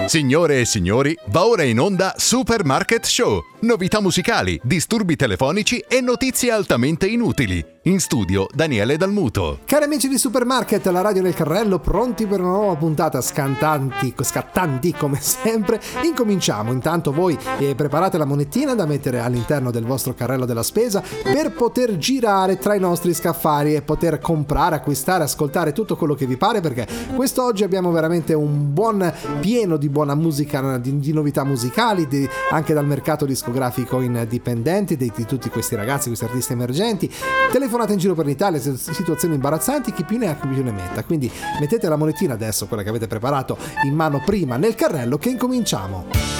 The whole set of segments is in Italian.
Signore e signori, va ora in onda Supermarket Show. Novità musicali, disturbi telefonici e notizie altamente inutili. In studio Daniele Dalmuto. Cari amici di Supermarket, la radio del carrello, pronti per una nuova puntata scattanti come sempre. Incominciamo. Intanto voi preparate la monetina da mettere all'interno del vostro carrello della spesa per poter girare tra i nostri scaffali e poter comprare, acquistare, ascoltare tutto quello che vi pare, perché quest'oggi abbiamo veramente un buon pieno di buona musica, di novità musicali, anche dal mercato discografico indipendente, di tutti questi ragazzi, questi artisti emergenti. Telefonate in giro per l'Italia, situazioni imbarazzanti, chi più ne ha chi più ne metta. Quindi mettete la monetina adesso, quella che avete preparato, in mano prima nel carrello, che incominciamo.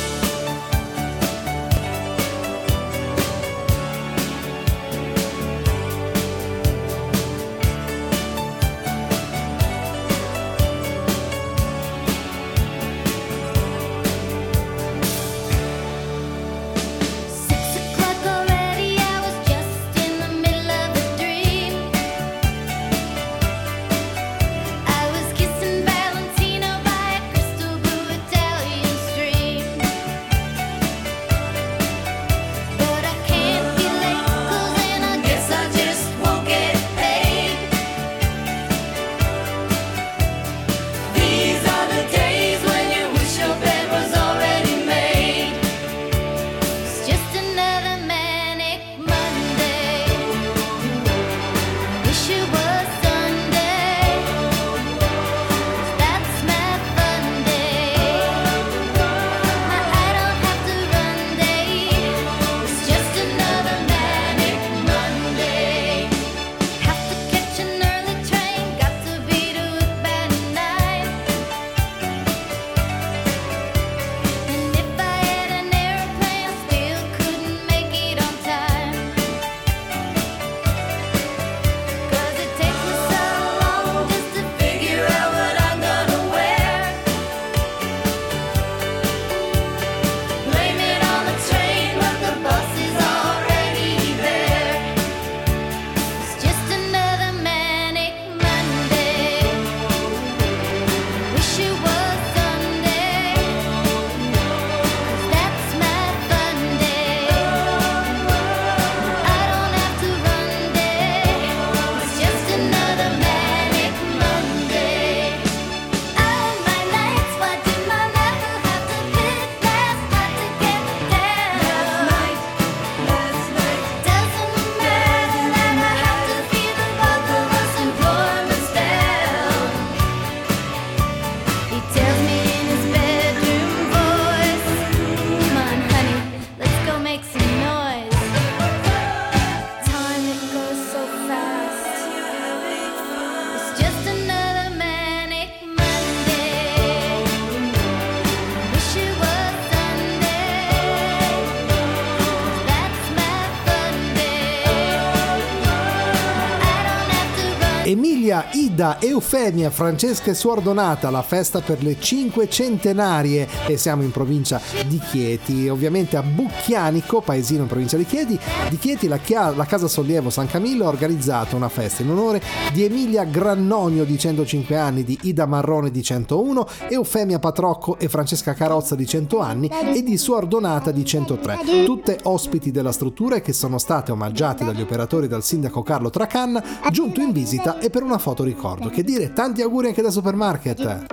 Emilia, Ida, Eufemia, Francesca e Suor Donata, la festa per le 5 centenarie, e siamo in provincia di Chieti, ovviamente a Bucchianico, paesino in provincia di Chieti, la Casa Sollievo San Camillo ha organizzato una festa in onore di Emilia Grannonio di 105 anni, di Ida Marrone di 101, Eufemia Patrocco e Francesca Carozza di 100 anni e di Suor Donata di 103, tutte ospiti della struttura e che sono state omaggiate dagli operatori e dal sindaco Carlo Tracanna, giunto in visita e per una foto ricordo. Che dire, tanti auguri anche da Supermarket.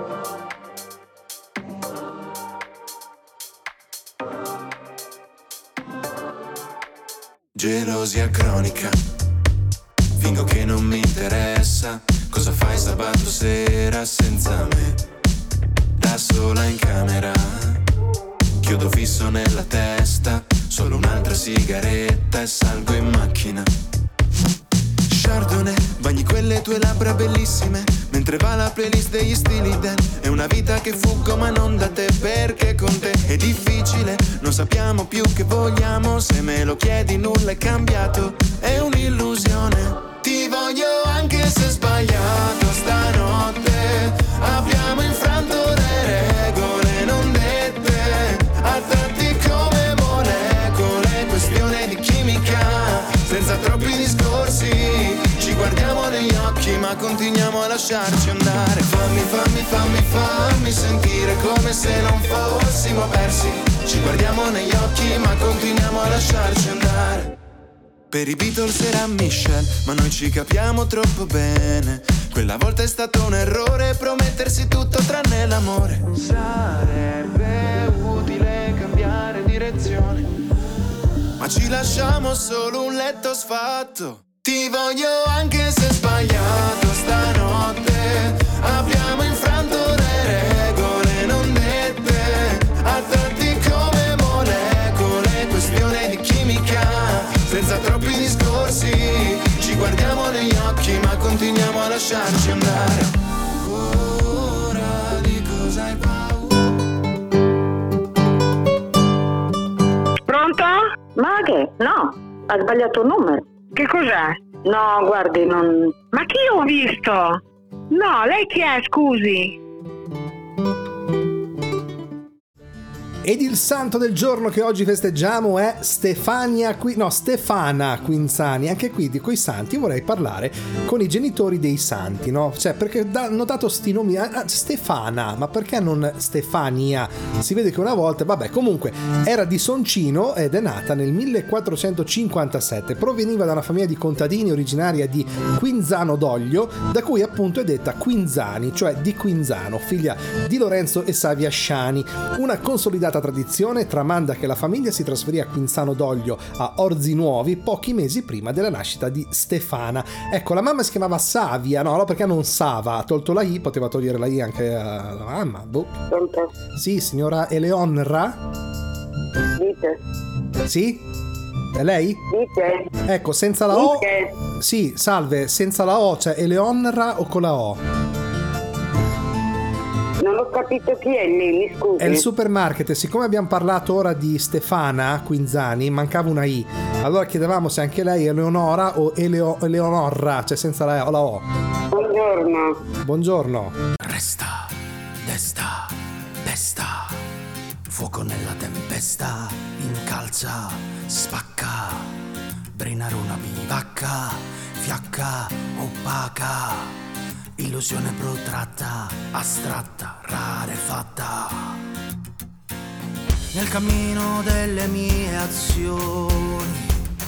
Gelosia cronica, fingo che non mi interessa. Cosa fai sabato sera senza me? Da sola in camera, chiodo fisso nella testa, solo un'altra sigaretta e salgo in macchina. Chardonnay, bagni quelle tue labbra bellissime, mentre va la playlist degli stili Dan. È una vita che fuggo ma non da te, perché con te è difficile. Non sappiamo più che vogliamo, se me lo chiedi nulla è cambiato, è un'illusione. Ti voglio anche se sbagliato stanotte, abbiamo infranto le regole non dette, a tratti come molecole, questione di chimica, senza troppi discorsi, ci guardiamo negli occhi ma continuiamo a lasciarci andare. Fammi sentire come come se non fossimo persi. Ci guardiamo negli occhi ma continuiamo a lasciarci andare. Per i Beatles era Michelle, ma noi ci capiamo troppo bene. Quella volta è stato un errore promettersi tutto tranne l'amore. Sarebbe utile cambiare direzione, ma ci lasciamo solo un letto sfatto. Ti voglio anche se sbagliato stanotte. Abbiamo infranto le regole non dette, a tratti come molecole, questione di chimica, senza troppi discorsi. Ci guardiamo negli occhi ma continuiamo a lasciarci andare. Ora di cosa hai paura? Pronto? Ma che? No, ha sbagliato il numero. Che cos'è? No, guardi, non... Ma chi ho visto? No, lei chi è, scusi? Ed il santo del giorno che oggi festeggiamo è Stefana Quinzani. Anche qui di quei santi vorrei parlare con i genitori dei santi, no? Cioè, perché notato sti nomi, Stefana, ma perché non Stefania? Si vede che una volta, vabbè, comunque era di Soncino ed è nata nel 1457. Proveniva da una famiglia di contadini originaria di Quinzano d'Oglio, da cui appunto è detta Quinzani, cioè di Quinzano, figlia di Lorenzo e Savia Sciani. Una consolidata tradizione tramanda che la famiglia si trasferì a Quinzano d'Oglio a Orzi Nuovi pochi mesi prima della nascita di Stefana. Ecco, la mamma si chiamava Savia, no, perché non Sava, ha tolto la I, poteva togliere la I anche alla mamma. Boh. Pronto? Sì, signora Eleonra? Dite. Sì? È lei? Dite. Ecco, senza la O. Dite. Sì, salve, senza la O, cioè Eleonra o con la O? Non ho capito chi è lei, mi scusi. È il supermarket, siccome abbiamo parlato ora di Stefana Quinzani, mancava una I. Allora chiedevamo se anche lei è Eleonora o Eleonorra, cioè senza la O. Buongiorno. Buongiorno. Resta, desta, pesta, fuoco nella tempesta, incalza, spacca, brinare una bivacca, fiacca, opaca, illusione protratta, astratta, rarefatta. Nel cammino delle mie azioni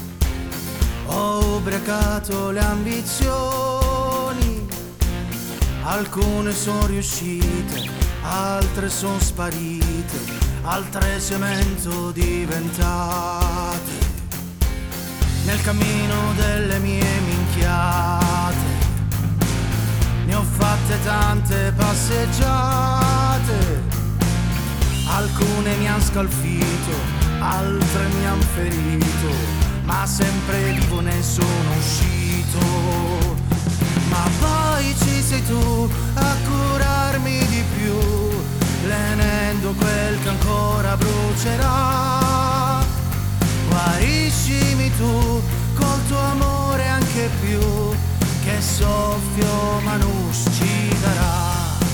ho ubriacato le ambizioni. Alcune sono riuscite, altre sono sparite, altre cemento diventate. Nel cammino delle mie minchiate ne ho fatte tante passeggiate, alcune mi han scalfito, altre mi han ferito, ma sempre vivo ne sono uscito. Ma poi ci sei tu a curarmi di più, lenendo quel che ancora brucerà. Guariscimi tu col tuo amore anche più, che soffio ma non ucciderà.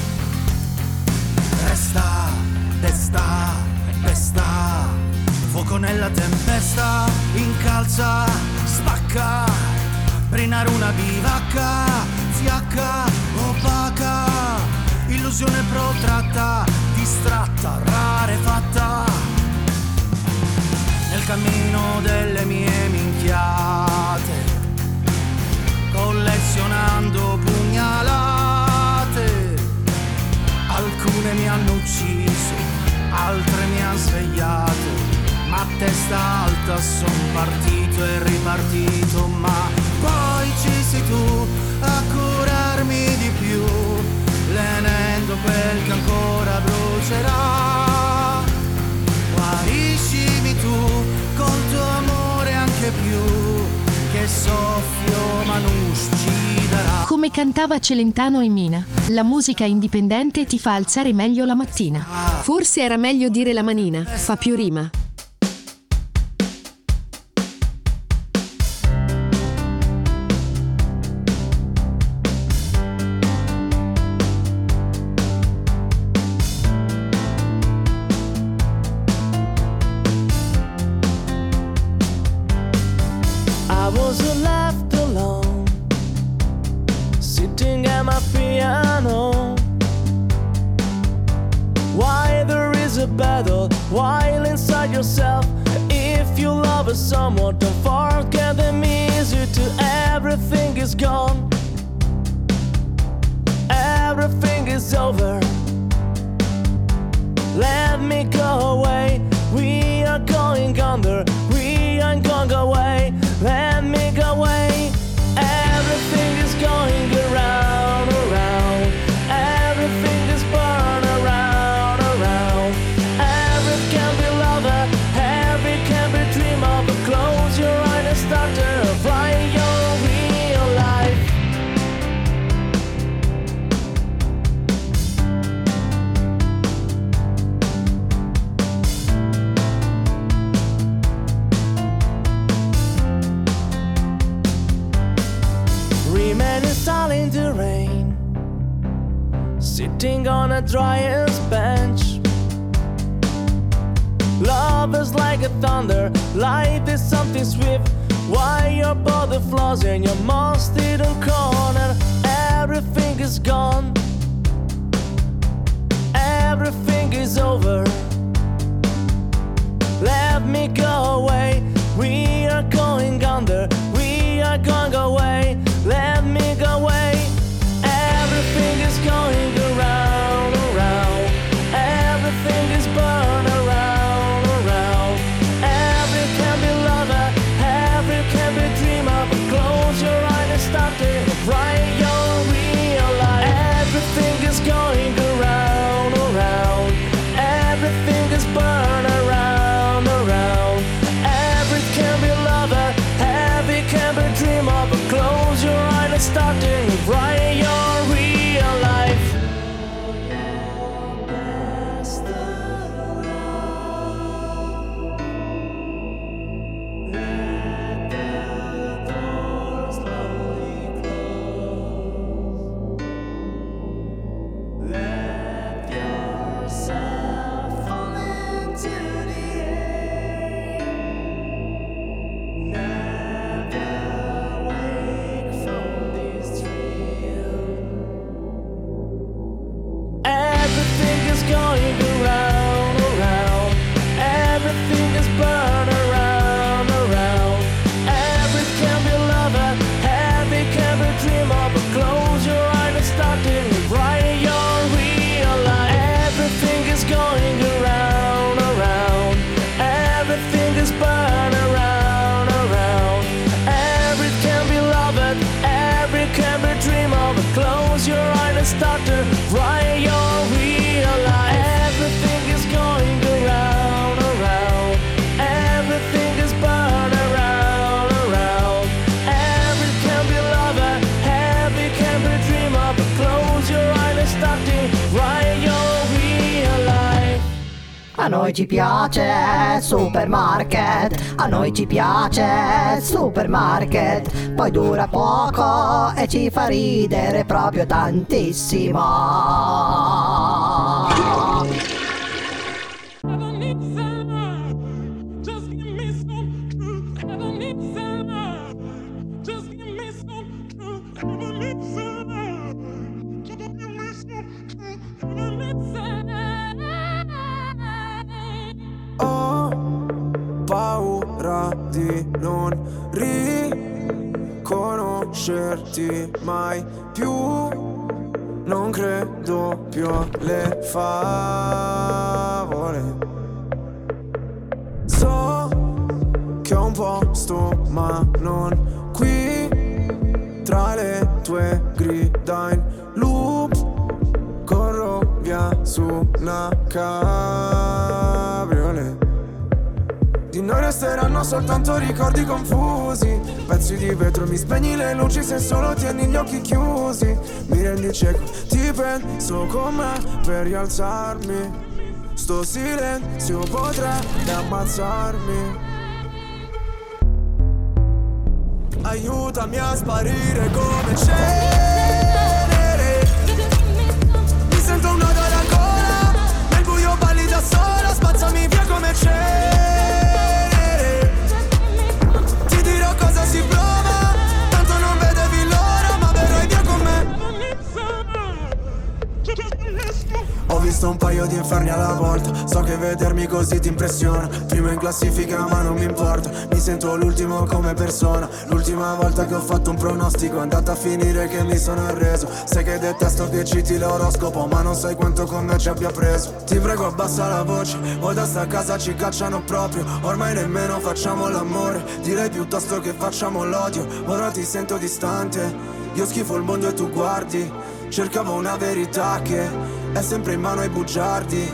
Resta, desta, pesta, fuoco nella tempesta, incalza, spacca, brinare una bivacca, fiacca, opaca, illusione protratta, distratta, rarefatta. Nel cammino delle mie minchiate, collezionando pugnalate, alcune mi hanno ucciso, altre mi han svegliato, ma a testa alta son partito e ripartito. Ma poi ci sei tu a curarmi di più, lenendo quel che ancora brucerà. Guariscimi tu col tuo amore anche più, che soffio ma non ucciderà. Come cantava Celentano e Mina, la musica indipendente ti fa alzare meglio la mattina. Forse era meglio dire la manina, fa più rima. I was left alone, sitting at my piano, while lose a battle while inside yourself. If you love someone, don't forget the music to everything is gone. Everything is over. Let me go away. We are going under. We aren't going away. Let me go away. Everything is going around, around. Everything is burn around, around. Every can be lover, every can be dream of. But close your eyes and start to write your real life. Remaining silent in the rain, sitting on a driest bench. Love is like a thunder, life is something swift. Why your body flows in your most hidden corner? Everything is gone. Everything is over. Let me go away. We are going under. We are going away. Let me go away. Everything is going around, around. Everything is burn around, around. Every can be lover, every can be dreamer. But close your eyes and start to write your real life. Everything is going around, around. Everything is burn around, around. Every can be lover, every can be dreamer. But close your eyes and start to write your real life. Everything is going around, around. Everything is burn around, around. Every can be lover, every can be dreamer. But close your eyes and start to write your real life. Everything is going around, around. Everything is burn around, around. Every can be loved, every can be dreamer. But close your eyes and start to write your real life. Everything is going around, around. Everything is burn around, around. Every can be lover, every can be dreamer. But close your eyes and start to write your real life. A noi ci piace Supermarket, a noi ci piace Supermarket, poi dura poco e ci fa ridere proprio tantissimo. Ho paura di non riconoscerti mai più. Non credo più alle favole. So che ho un posto ma non qui. Tra le tue grida in loop corro via su una cabriolet. Di noi resteranno soltanto ricordi confusi, pezzi di vetro, mi spegni le luci se solo tieni gli occhi chiusi. Mi rendi cieco, ti penso con me per rialzarmi. Sto silenzio potrebbe ammazzarmi. Aiutami a sparire come cenere. Mi sento un nodo alla gola, nel buio balli da sola, spazzami via come cenere. Ti dirò cosa si prova, tanto non vedevi l'ora, ma verrai via con me. Ho visto fatto un paio di inferni alla volta. So che vedermi così ti impressiona. Primo in classifica ma non mi importa. Mi sento l'ultimo come persona. L'ultima volta che ho fatto un pronostico è andata a finire che mi sono arreso. Sai che detesto che citi l'oroscopo, ma non sai quanto con me ci abbia preso. Ti prego abbassa la voce, o da sta casa ci cacciano proprio. Ormai nemmeno facciamo l'amore, direi piuttosto che facciamo l'odio. Ora ti sento distante, io schifo il mondo e tu guardi. Cercavo una verità che è sempre in mano ai bugiardi.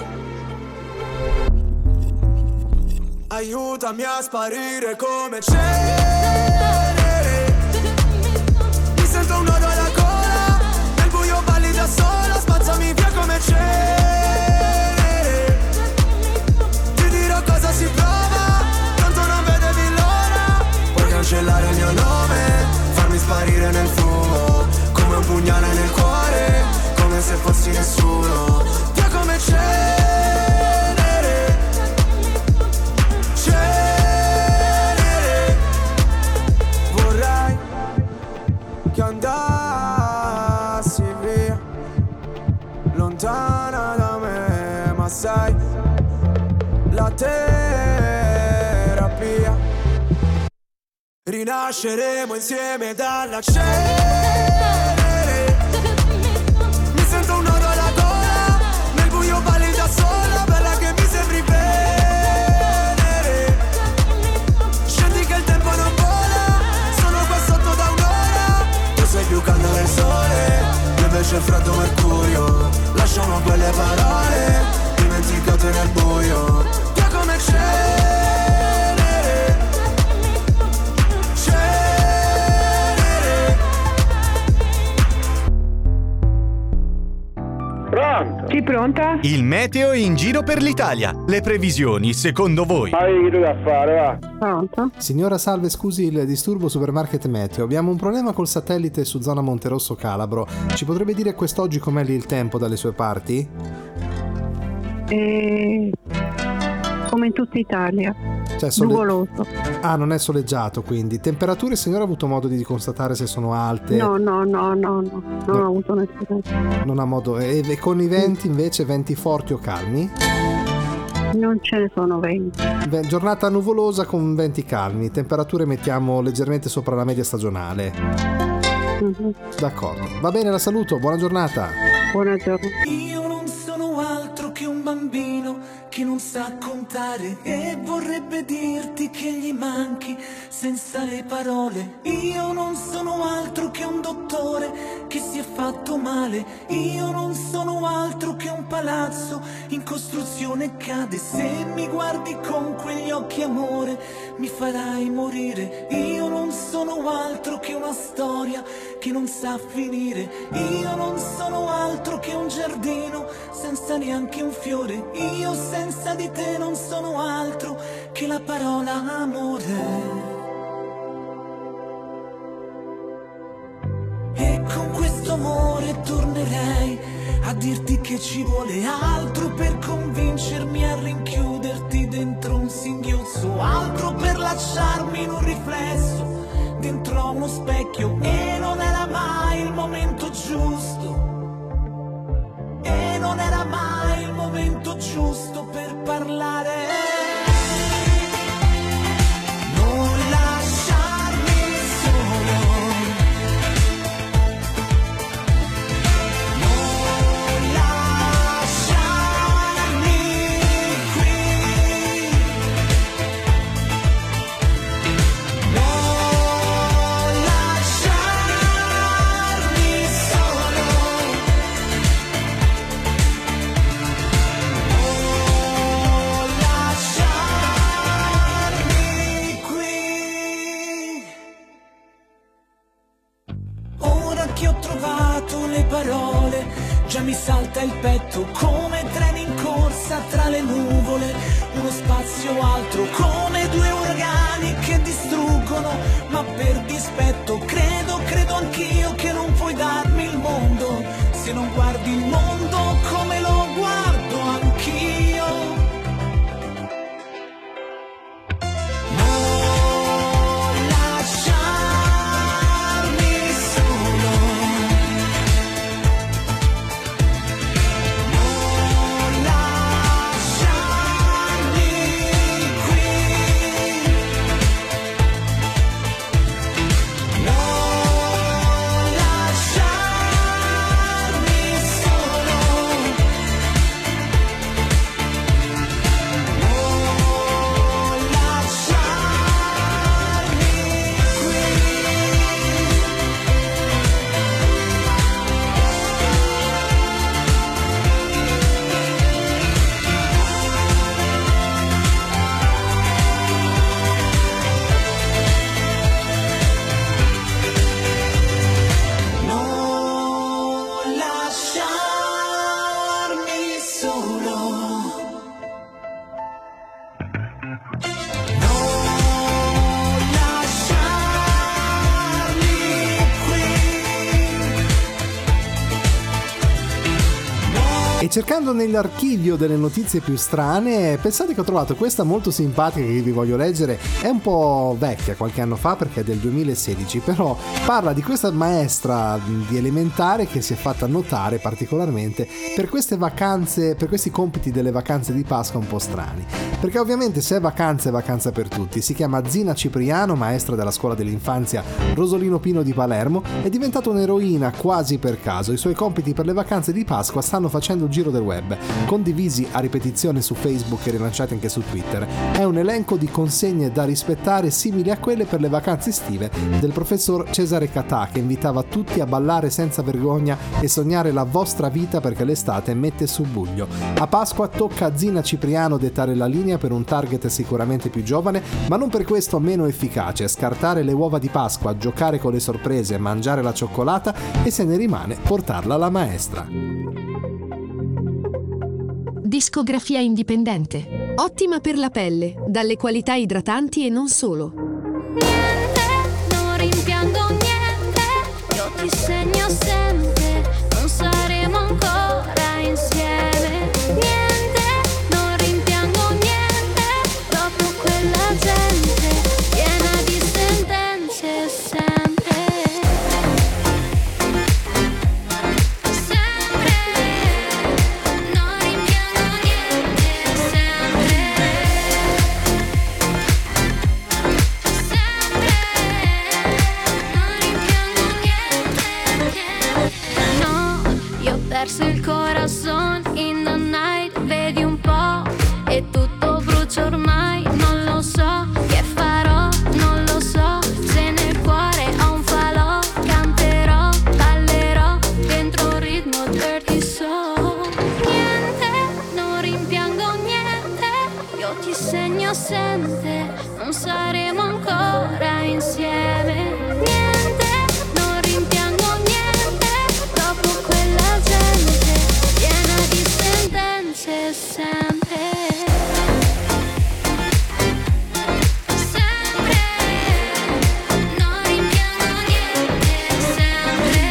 Aiutami a sparire come cenere. Mi sento un nodo alla gola, nel buio balli da sola, spazzami via come cenere. Ti dirò cosa si prova, tanto non vedevi l'ora. Puoi cancellare il mio nome, farmi sparire nel fumo, come un pugnale nel cuore, come se fossi nessuno. Via come cenere, cenere. Vorrei che andassi via, lontana da me, ma sai, la terapia. Rinasceremo insieme dalla cenere. Mi sento un nodo alla gola, nel buio balli da sola, bella che mi sembri venere. Scendi che il tempo non vola, sono qua sotto da un'ora. Tu sei più caldo del sole, io invece freddo mercurio. Lasciamo quelle parole dimenticate nel buio. Via come cenere. Pronto? Sì, pronta? Il meteo in giro per l'Italia. Le previsioni, secondo voi? Ma che tu da fare, va? Pronto? Signora, salve, scusi il disturbo Supermarket Meteo. Abbiamo un problema col satellite su zona Monterosso Calabro. Ci potrebbe dire quest'oggi com'è lì il tempo dalle sue parti? Come in tutta Italia. Cioè, nuvoloso. Ah, non è soleggiato quindi. Temperature, signora, ha avuto modo di constatare se sono alte? No, non ho avuto nessuna. Non ha modo. E con i venti invece, venti forti o calmi? Non ce ne sono venti. Giornata nuvolosa con venti calmi. Temperature mettiamo leggermente sopra la media stagionale. Mm-hmm. D'accordo. Va bene, la saluto. Buona giornata. Buona giornata. Io non sono altro che un bambino che non sa contare e vorrebbe dirti che gli manchi senza le parole. Io non sono altro che un dottore che si è fatto male. Io non sono altro che un palazzo in costruzione e cade. Se mi guardi con quegli occhi amore mi farai morire. Io non sono altro che una storia che non sa finire. Io non sono altro che un giardino senza neanche un fiore. Io senza di te non sono altro che la parola amore. E con questo amore tornerei a dirti che ci vuole altro per convincermi a rinchiuderti dentro un singhiozzo, altro per lasciarmi in un riflesso dentro uno specchio. E non era mai il momento giusto, e non era mai il momento giusto per parlare. Non lasciarmi solo, non lasciarmi qui, non lasciarmi solo. cercando nell'archivio delle notizie più strane, pensate che ho trovato questa molto simpatica che vi voglio leggere. È un po' vecchia, qualche anno fa, perché è del 2016, però parla di questa maestra di elementare che si è fatta notare particolarmente per queste vacanze, per questi compiti delle vacanze di Pasqua un po' strani. Perché ovviamente se è vacanza per tutti. Si chiama Zina Cipriano, maestra della scuola dell'infanzia Rosolino Pino di Palermo, è diventata un'eroina quasi per caso. I suoi compiti per le vacanze di Pasqua stanno facendo il giro del web, condivisi a ripetizione su Facebook e rilanciati anche su Twitter. È un elenco di consegne da rispettare simili a quelle per le vacanze estive del professor Cesare Catà, che invitava tutti a ballare senza vergogna e sognare la vostra vita perché l'estate mette su buglio. A Pasqua tocca a Zina Cipriano dettare la linea per un target sicuramente più giovane, ma non per questo meno efficace: scartare le uova di Pasqua, giocare con le sorprese, mangiare la cioccolata e, se ne rimane, portarla alla maestra. Discografia indipendente. Ottima per la pelle, dalle qualità idratanti e non solo. Non rimpiango niente, io ti segno sempre, non saremo ancora insieme. Niente, non rimpiango niente, dopo quella gente piena di sentenze sempre. Sempre, non rimpiango niente, sempre. Perso il corazon in the night, vedi un po', e tutto brucia ormai, non lo so che farò, non lo so, se nel cuore ho un falò, canterò, ballerò, dentro un ritmo dirty soul. Niente, non rimpiango niente, io ti segno sempre, non saremo ancora insieme. Niente, non rimpiango niente, dopo quella gente piena di sentenze sempre. Sempre, non rimpiango niente, sempre.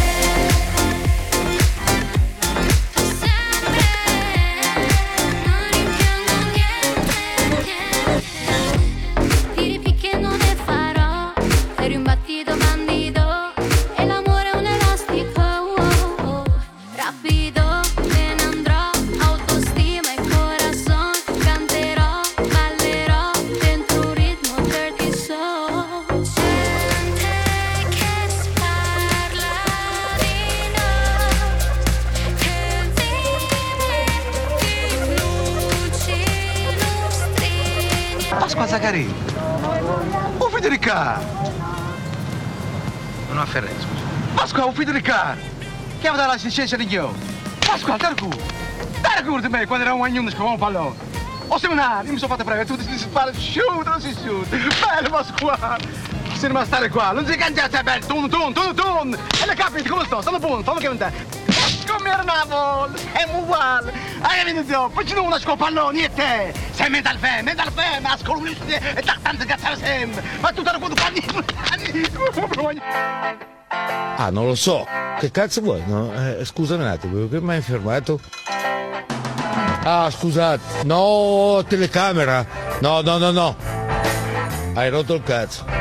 Sempre, non rimpiango niente. Tiri picche non ne farò, eri un battito bandido, e l'amore è un elastico, oh, oh. Rapido me ne andrò, autostima e corazon, canterò, ballerò, dentro un ritmo dirty soul. Gente che parla di noi, che vive di luci lustrini. Pasqua Zaccarini. Oh Federica! Non ho afferrato, scusa. Pasqua, oh Federica! Che aveva la licenza di io? Pasqua, dai di me quando era un agnuno che aveva un pallone. O seminare, io mi sono fatto prendere, tu ti spara, shoot, non si shoot. Bello Pasqua! Se ne va a stare qua, non si cangiate, è bello, ton. E le capite, come sto? Stanno buono, fammi che non te. Come era una volta, è uguale. Hai venuto, poi ci non una scopallone, niente. Sei mental fan, ma scoluniste e tante cazzate sempre. Ma tu te lo puoi fare. Ah, non lo so. Che cazzo vuoi? No? Scusami un attimo, perché mi hai fermato? Ah, scusate. No, telecamera. No. Hai rotto il cazzo.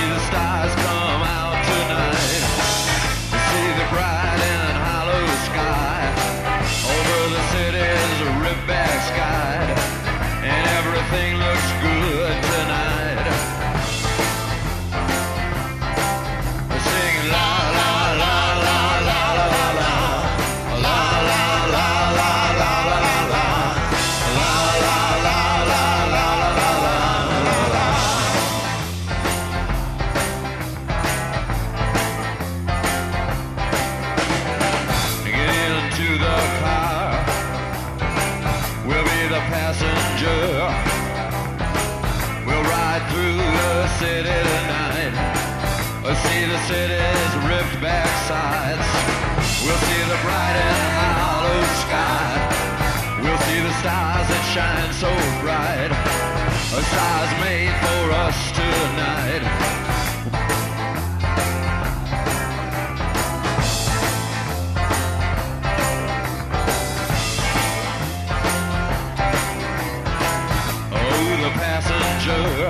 Sky. city's ripped back sides. We'll see the bright and hollow sky. We'll see the stars that shine so bright. A stars made for us tonight. Passenger,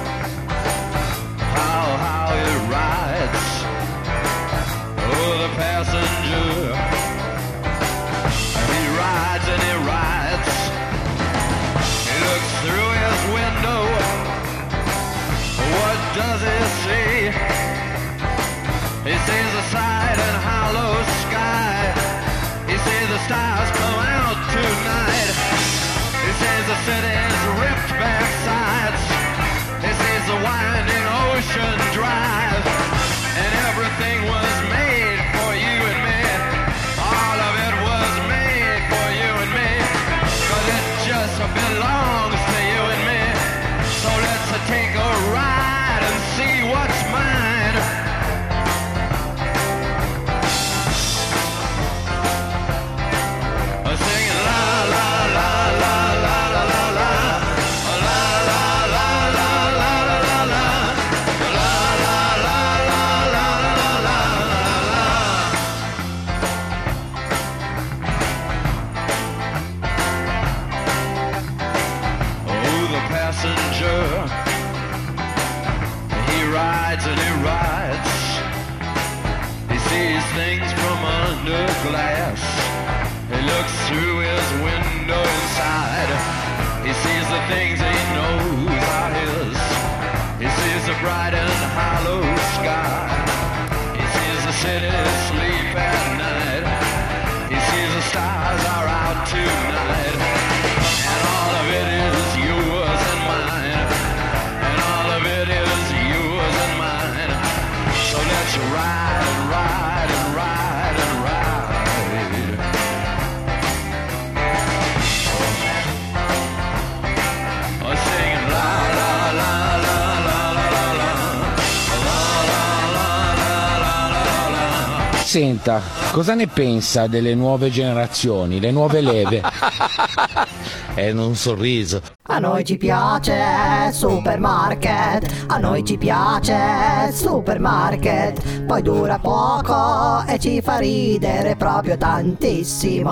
how it rides. Oh, the passenger, he rides and he rides. He looks through his window. What does he see? He sees the side and hollow sky. He sees the stars come out tonight. He sees the city's ripped back sides. He sees the winding ocean drive. And everything was made for you and me. All of it was made for you and me. 'Cause it just belongs to you and me. So let's take a ride and see what's mine. Singing la la la la la la la la la la la la la la la Oh, the passenger, he rides and he rides. He sees things from under glass. He looks through his window inside. He sees the things he knows are his. He sees the bright and hollow sky. He sees the city sleep at night. He sees the stars are out tonight. And all of it is yours and mine. And all of it is yours and mine. So let's ride and ride and ride and ride. Singing la la la la la la la la la la. Senta, cosa ne pensa delle nuove generazioni, le nuove leve? Un sorriso. A noi ci piace Supermarket, a noi ci piace Supermarket, poi dura poco e ci fa ridere proprio tantissimo.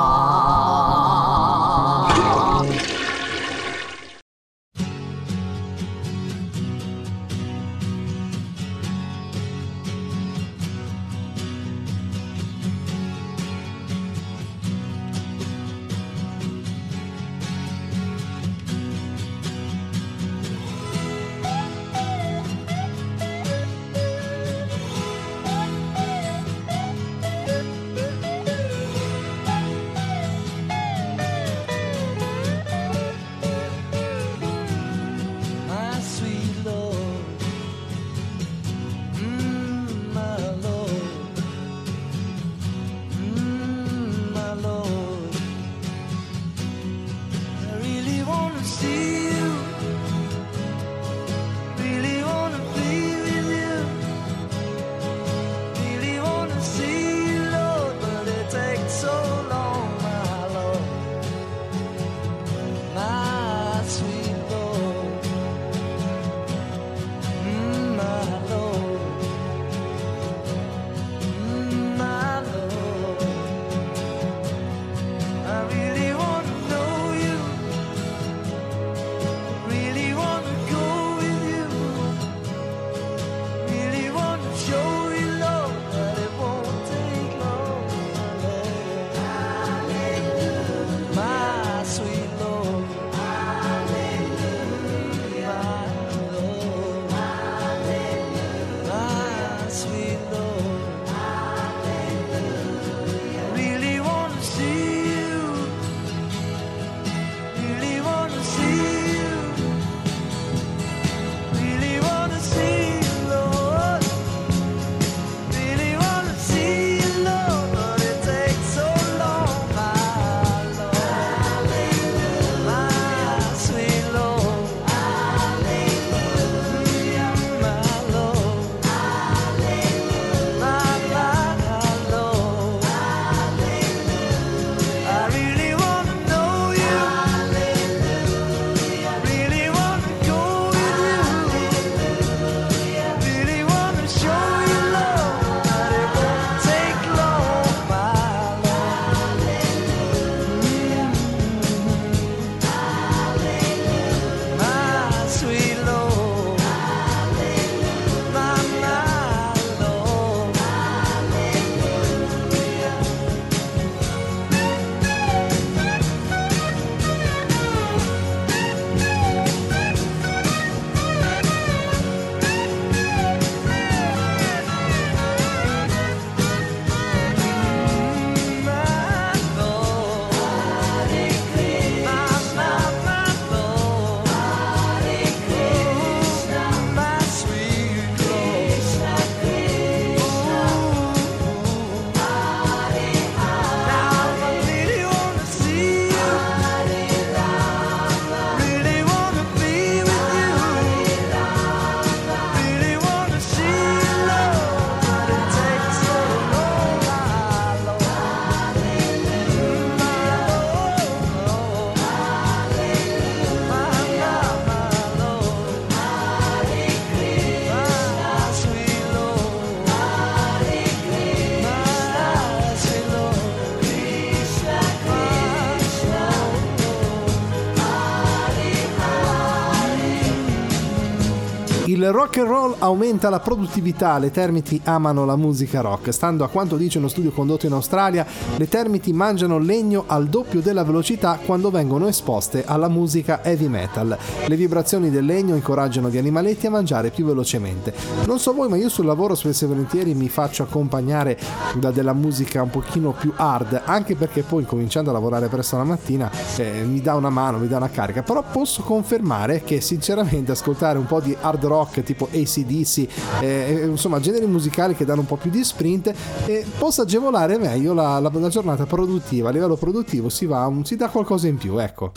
Il rock and roll aumenta la produttività, le Termiti amano la musica rock. Stando a quanto dice uno studio condotto in Australia, le Termiti mangiano legno al doppio della velocità quando vengono esposte alla musica heavy metal. Le vibrazioni del legno incoraggiano gli animaletti a mangiare più velocemente. Non so voi, ma io sul lavoro spesso e volentieri mi faccio accompagnare da della musica un pochino più hard, anche perché poi cominciando a lavorare presto la mattina mi dà una mano, mi dà una carica. Però posso confermare che sinceramente ascoltare un po' di hard rock tipo AC/DC, insomma generi musicali che danno un po' più di sprint, possa agevolare meglio la giornata produttiva. A livello produttivo si dà qualcosa in più, ecco.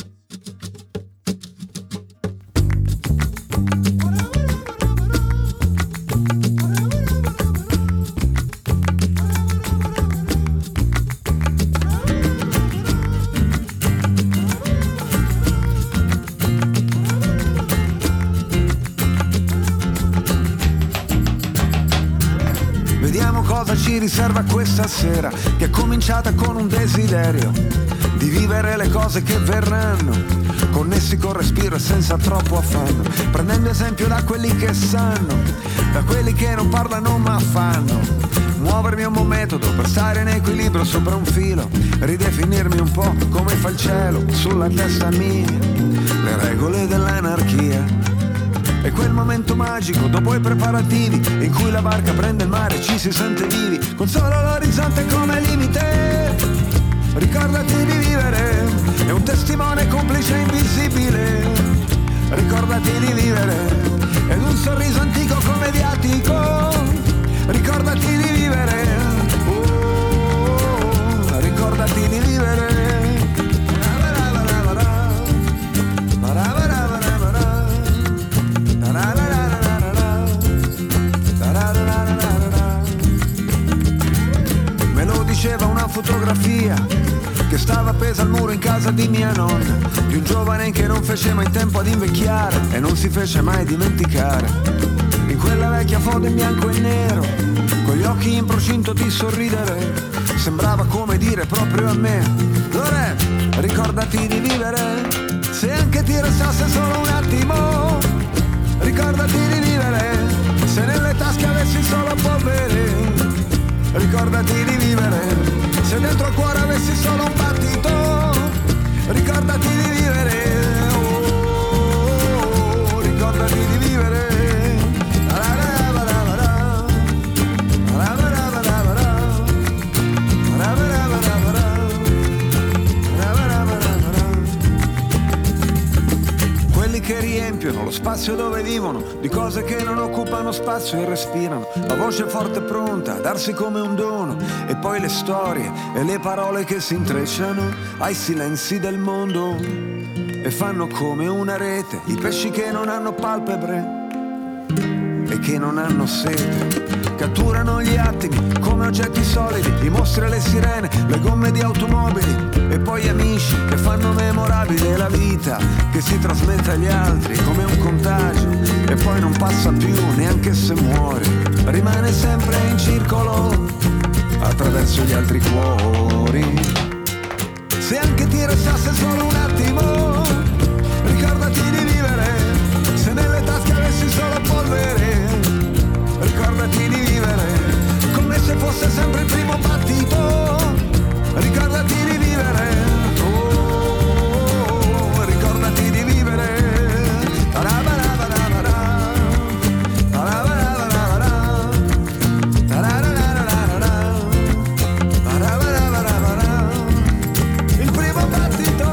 Ci riserva questa sera, che è cominciata con un desiderio di vivere le cose che verranno, connessi col respiro e senza troppo affanno, prendendo esempio da quelli che sanno, da quelli che non parlano ma fanno. Muovermi è un buon metodo per stare in equilibrio sopra un filo, ridefinirmi un po' come fa il cielo sulla testa mia, le regole dell'anarchia. È quel momento magico dopo i preparativi in cui la barca prende il mare e ci si sente vivi, con solo l'orizzonte come limite. Ricordati di vivere, è un testimone complice invisibile. Ricordati di vivere, ed un sorriso antico come viatico. Ricordati di vivere, ricordati di vivere. Me lo diceva una fotografia che stava appesa al muro in casa di mia nonna, di un giovane che non fece mai tempo ad invecchiare e non si fece mai dimenticare. In quella vecchia foto in bianco e nero, con gli occhi in procinto di sorridere, sembrava come dire proprio a me: Lore, ricordati di vivere, se anche ti restasse solo un attimo. Ricordati di vivere, se nelle tasche avessi solo polvere. Ricordati di vivere, se dentro il cuore avessi solo un battito. Ricordati di vivere, ricordati di vivere. Quelli che riempiono lo spazio dove vivono di cose che non occupano spazio e respirano, la voce forte pronta a darsi come un dono, e poi le storie e le parole che si intrecciano ai silenzi del mondo e fanno come una rete i pesci che non hanno palpebre e che non hanno sete. Catturano gli attimi come oggetti solidi, i mostri e le sirene, le gomme di automobili, e poi amici che fanno memorabile la vita che si trasmette agli altri come un contagio e poi non passa più neanche se muore, rimane sempre in circolo attraverso gli altri cuori. Se anche ti restasse solo un attimo, ricordati di vivere, se nelle tasche avessi solo polvere. Ricordati di vivere, come se fosse sempre il primo battito. Ricordati di vivere, ricordati di vivere. Il primo battito.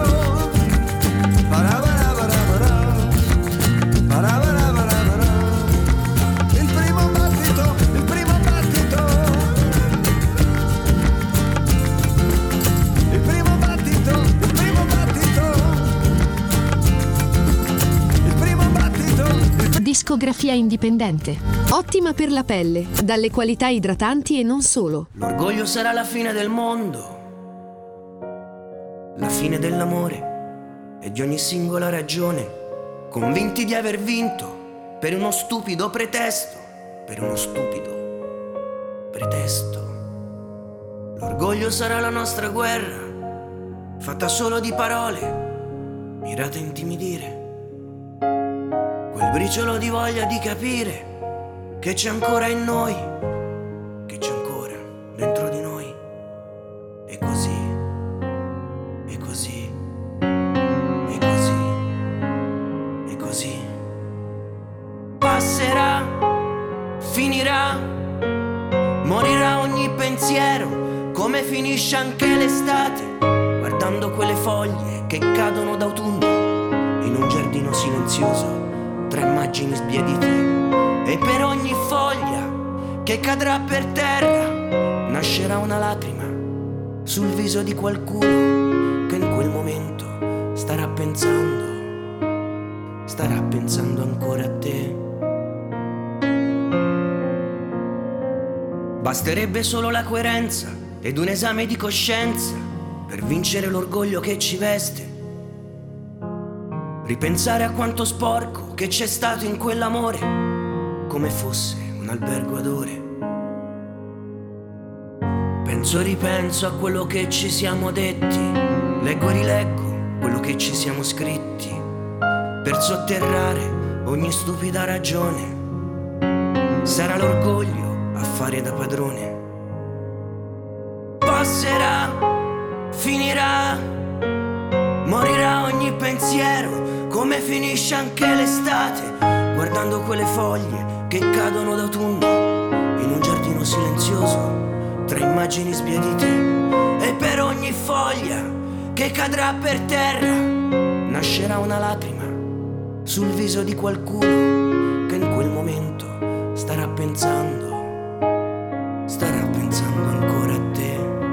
Discografia indipendente. Ottima per la pelle, dalle qualità idratanti e non solo. L'orgoglio sarà la fine del mondo, la fine dell'amore e di ogni singola ragione, convinti di aver vinto per uno stupido pretesto, per uno stupido pretesto. L'orgoglio sarà la nostra guerra, fatta solo di parole, mirate a intimidire quel briciolo di voglia di capire che c'è ancora in noi, che c'è ancora dentro di noi. E così, e così, e così, e così. Passerà, finirà, morirà ogni pensiero, come finisce anche l'estate, guardando quelle foglie che cadono d'autunno in un giardino silenzioso tra immagini sbiadite. E per ogni foglia che cadrà per terra nascerà una lacrima sul viso di qualcuno che in quel momento starà pensando ancora a te. Basterebbe solo la coerenza ed un esame di coscienza per vincere l'orgoglio che ci veste. Ripensare a quanto sporco che c'è stato in quell'amore, come fosse un albergo ad ore. Penso e ripenso a quello che ci siamo detti, leggo e rileggo quello che ci siamo scritti, per sotterrare ogni stupida ragione. Sarà l'orgoglio a fare da padrone. Passerà, finirà, morirà ogni pensiero, come finisce anche l'estate, guardando quelle foglie che cadono d'autunno in un giardino silenzioso tra immagini sbiadite. E per ogni foglia che cadrà per terra nascerà una lacrima sul viso di qualcuno che in quel momento starà pensando ancora a te.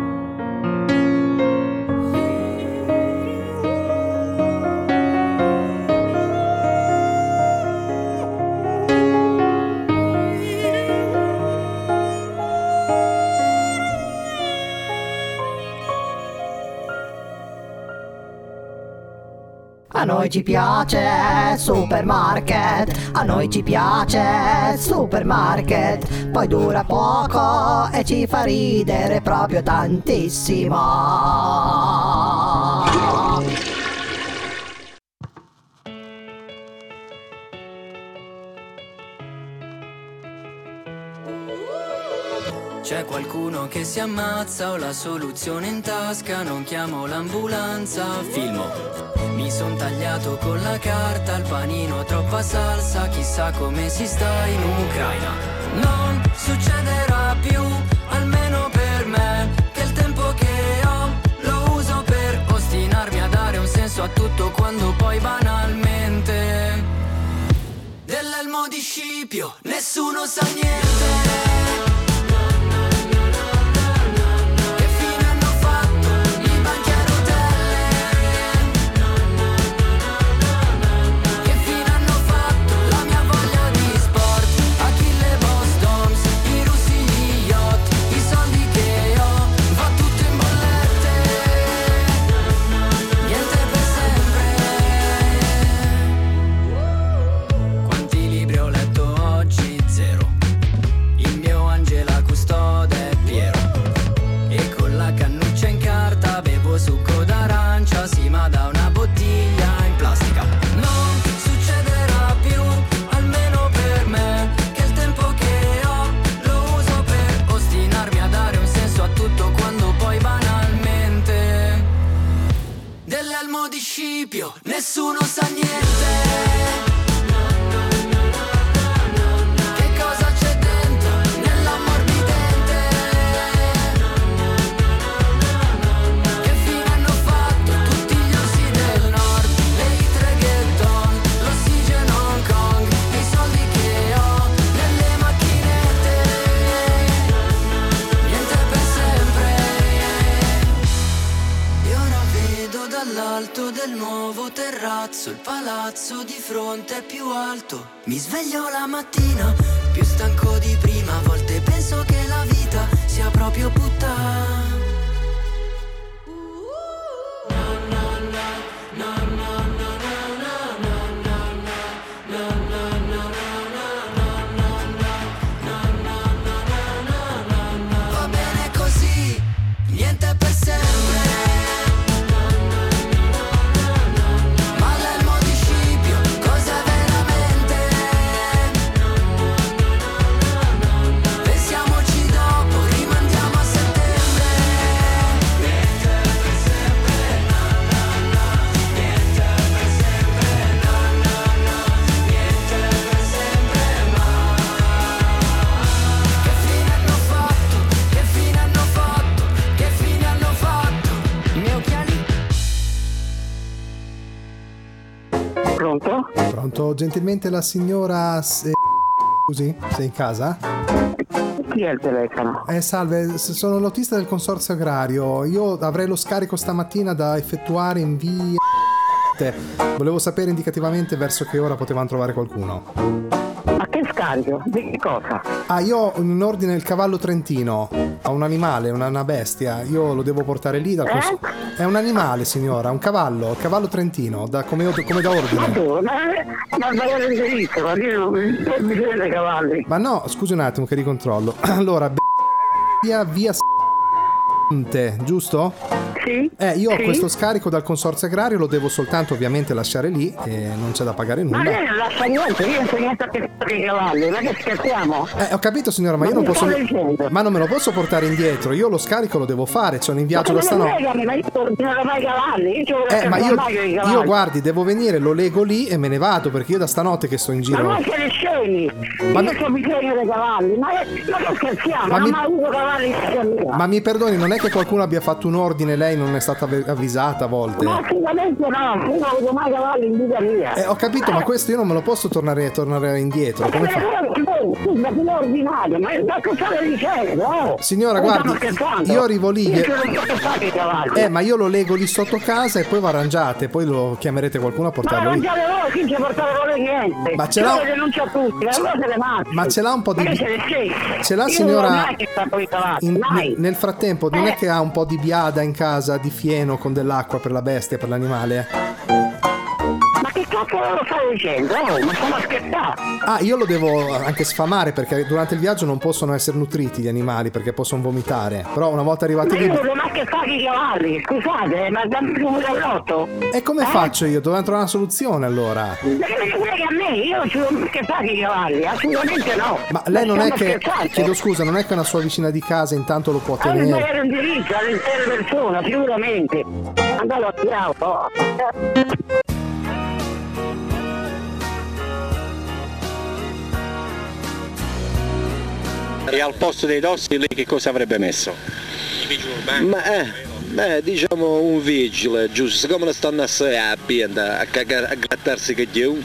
A noi ci piace Supermarket, a noi ci piace Supermarket, poi dura poco e ci fa ridere proprio tantissimo. C'è qualcuno che si ammazza, ho la soluzione in tasca, non chiamo l'ambulanza, filmo. Mi son tagliato con la carta, il panino troppa salsa, chissà come si sta in Ucraina. Non succederà più, almeno per me, che il tempo che ho lo uso per ostinarmi a dare un senso a tutto quando poi banalmente dell'elmo di Scipio nessuno sa niente. Nessuno sa niente. Che cosa c'è dentro nell'ammorbidente? Che fine hanno fatto tutti gli orsi del nord, le itre ghetton, l'ossigeno Hong Kong, i soldi che ho nelle macchinette, niente per sempre. E ora vedo dall'alto del nuovo terrazzo, il palazzo di fronte è più alto. Mi sveglio la mattina più stanco di prima, a volte penso che la vita sia proprio puttana. Va bene così, niente per sempre. Ma l'elmo di Scipio cos'è veramente? Pronto? Pronto? Gentilmente la signora... Scusi, sei in casa? Chi è il telefono? Salve, sono l'autista del consorzio agrario. Io avrei lo scarico stamattina da effettuare in via... Volevo sapere indicativamente verso che ora potevano trovare qualcuno. Ma che scarico? Di che cosa? Io ho in ordine il cavallo trentino. Ha un animale, una bestia. Io lo devo portare lì dal È un animale, signora, un cavallo, il cavallo trentino, come da ordine. Ma tu, ma sbagliato l'indirizzo, ma io non mi vedo i cavalli. Ma no, scusi un attimo che ricontrollo. Allora, via giusto? Sì. Io ho sì. questo scarico dal consorzio agrario, lo devo soltanto ovviamente lasciare lì e non c'è da pagare nulla. Ma lei non lascia niente, io non so niente a che i cavalli, ma che scherziamo? Ho capito signora, ma io non posso. Ma non me lo posso portare indietro, io lo scarico lo devo fare, sono in viaggio da stanotte. Ma io non mai i cavalli, ma io guardi, devo venire, lo lego lì e me ne vado perché io da stanotte che sto in giro. Ma voi siete scemi! Io sono bisogno dei cavalli, ma che scherziamo? Non ho mai avuto cavalli in casa mia. Ma mi perdoni, non è che qualcuno abbia fatto un ordine, lei non è stata avvisata a volte? Ma assolutamente no, io non ho avuto mai cavalli in vita mia. Ho capito, ma questo io non me lo posso tornare indietro. Come fa? Ma che ordinario, ma che state dicendo? Signora, guardi, io arrivo lì. Ma io lo lego lì sotto casa e poi vi arrangiate, poi lo chiamerete qualcuno a portarlo lì. Ma arrangiate voi, chi ci portate voi niente. Ma ce l'ha. Denuncia a tutti, ma ce l'ha un po' di. Ce l'ha signora. Nel frattempo, non è che ha un po' di biada in casa, di fieno con dell'acqua per la bestia, per l'animale? Ma che cazzo lo stai dicendo? Ma stiamo scherzando? Io lo devo anche sfamare perché durante il viaggio non possono essere nutriti gli animali perché possono vomitare. Però una volta arrivati lì. Ma io devo anche fare i cavalli, scusate, ma dammi il numero dell'otto. E come faccio io? Dovevo trovare una soluzione allora. Perché a me, io ci devo scherzare i cavalli, assolutamente no. Ma lei non è che. Chiedo scusa, non è che una sua vicina di casa intanto lo può tenere. Ma era un diritto all'intera persona, sicuramente. Andavo a chiavo. E al posto dei dorsi lei che cosa avrebbe messo? I vigili urbani? Diciamo un vigile, giusto, siccome non stanno assai a pianta a grattarsi che Dio.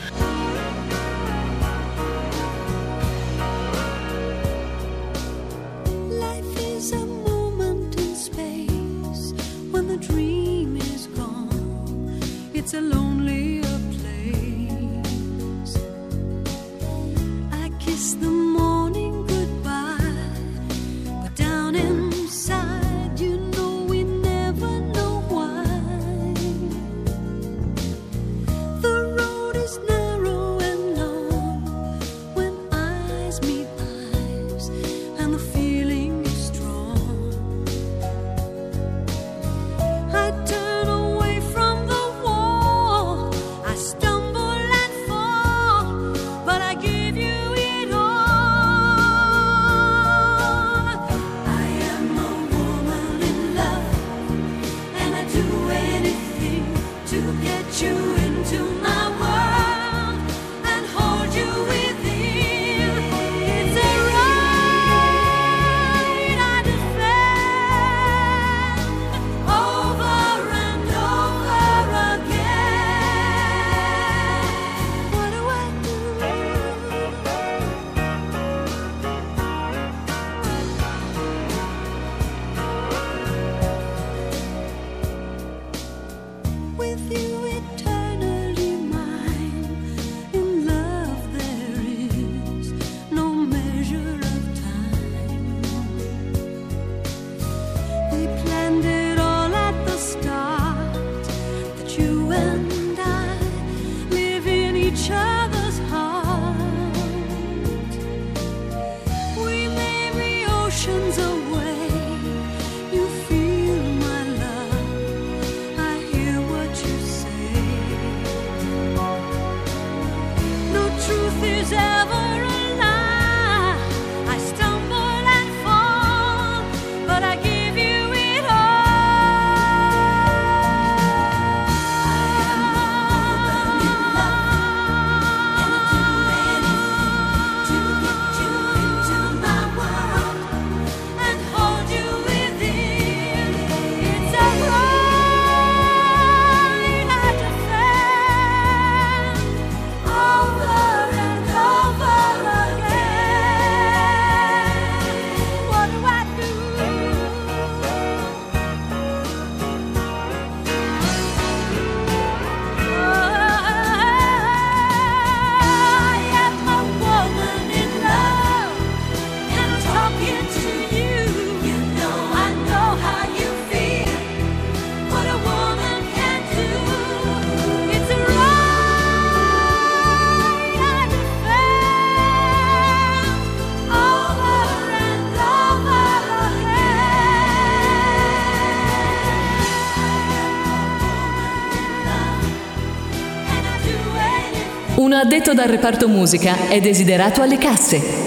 Un addetto dal reparto musica è desiderato alle casse.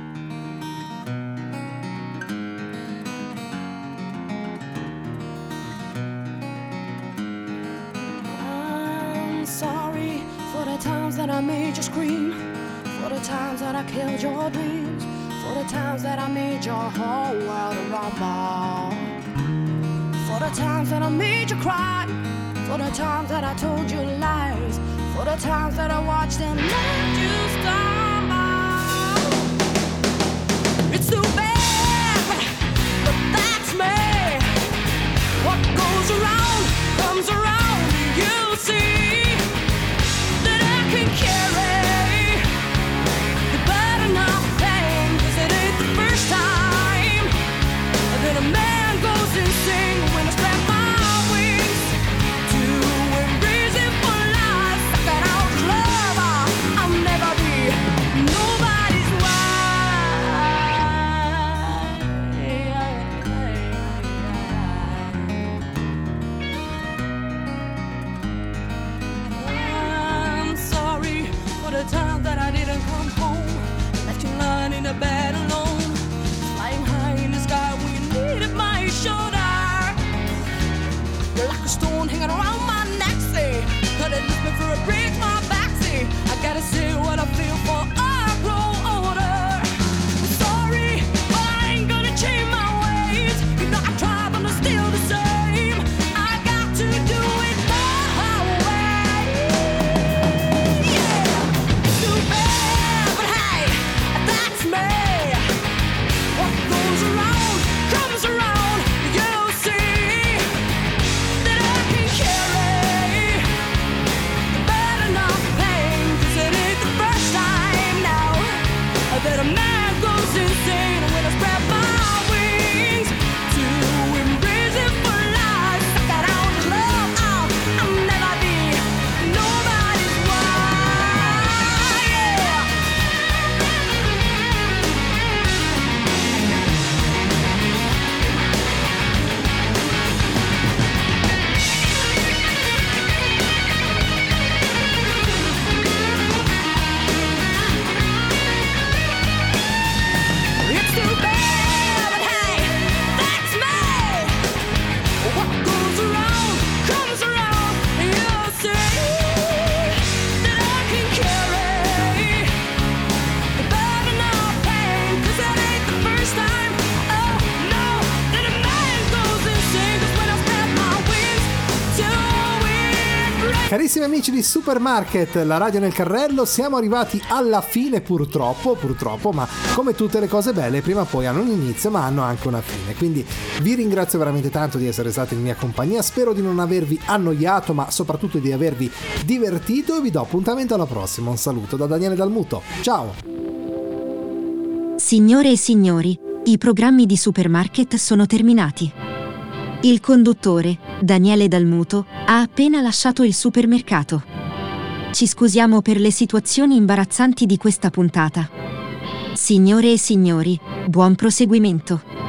I'm sorry for the times that I made you scream, for the times that I killed your dreams, for the times that I made your whole world rumble, for the times that I made you cry, for the times that I told you lies, for the times that I watched and let you stumble. It's too bad, but that's me. What goes around comes around. You see that I can carry the burden of pain, 'cause it ain't the first time that a man goes insane when I spread my wings to embrace it for life. Sucking out love, I'll never be nobody's I'm sorry for the time that I didn't come home, left you lying in the bed alone, flying high in the sky when you needed my shoulder. You're like a stone hanging around my neck, say, could it lift me for a break, my back, say, I gotta say what I feel for I grow older. Sorry, but I ain't gonna change my ways. You know I try, but I'm still the same. I got to do it my way. Yeah, it's too bad, but hey, that's me. What goes around comes around. You see that I can carry the burden of pain, 'cause it ain't the first time now that a man goes insane when I spread my wings to embrace it for life. Suck it out of love, I'll never be nobody's wife. Yeah. It's too bad, but hey, that's me. What goes around comes around. You see that I can carry the burden of pain, 'cause it ain't the first time, oh no, that a man goes insane. 'Cause when I spread my wings to embrace. Carissimi amici di Supermarket, la radio nel carrello, siamo arrivati alla fine purtroppo, ma come tutte le cose belle prima o poi hanno un inizio ma hanno anche una fine, quindi vi ringrazio veramente tanto di essere stati in mia compagnia, spero di non avervi annoiato ma soprattutto di avervi divertito e vi do appuntamento alla prossima. Un saluto da Daniele Dalmuto, ciao! Signore e signori, i programmi di Supermarket sono terminati. Il conduttore, Daniele Dalmuto, ha appena lasciato il supermercato. Ci scusiamo per le situazioni imbarazzanti di questa puntata. Signore e signori, buon proseguimento.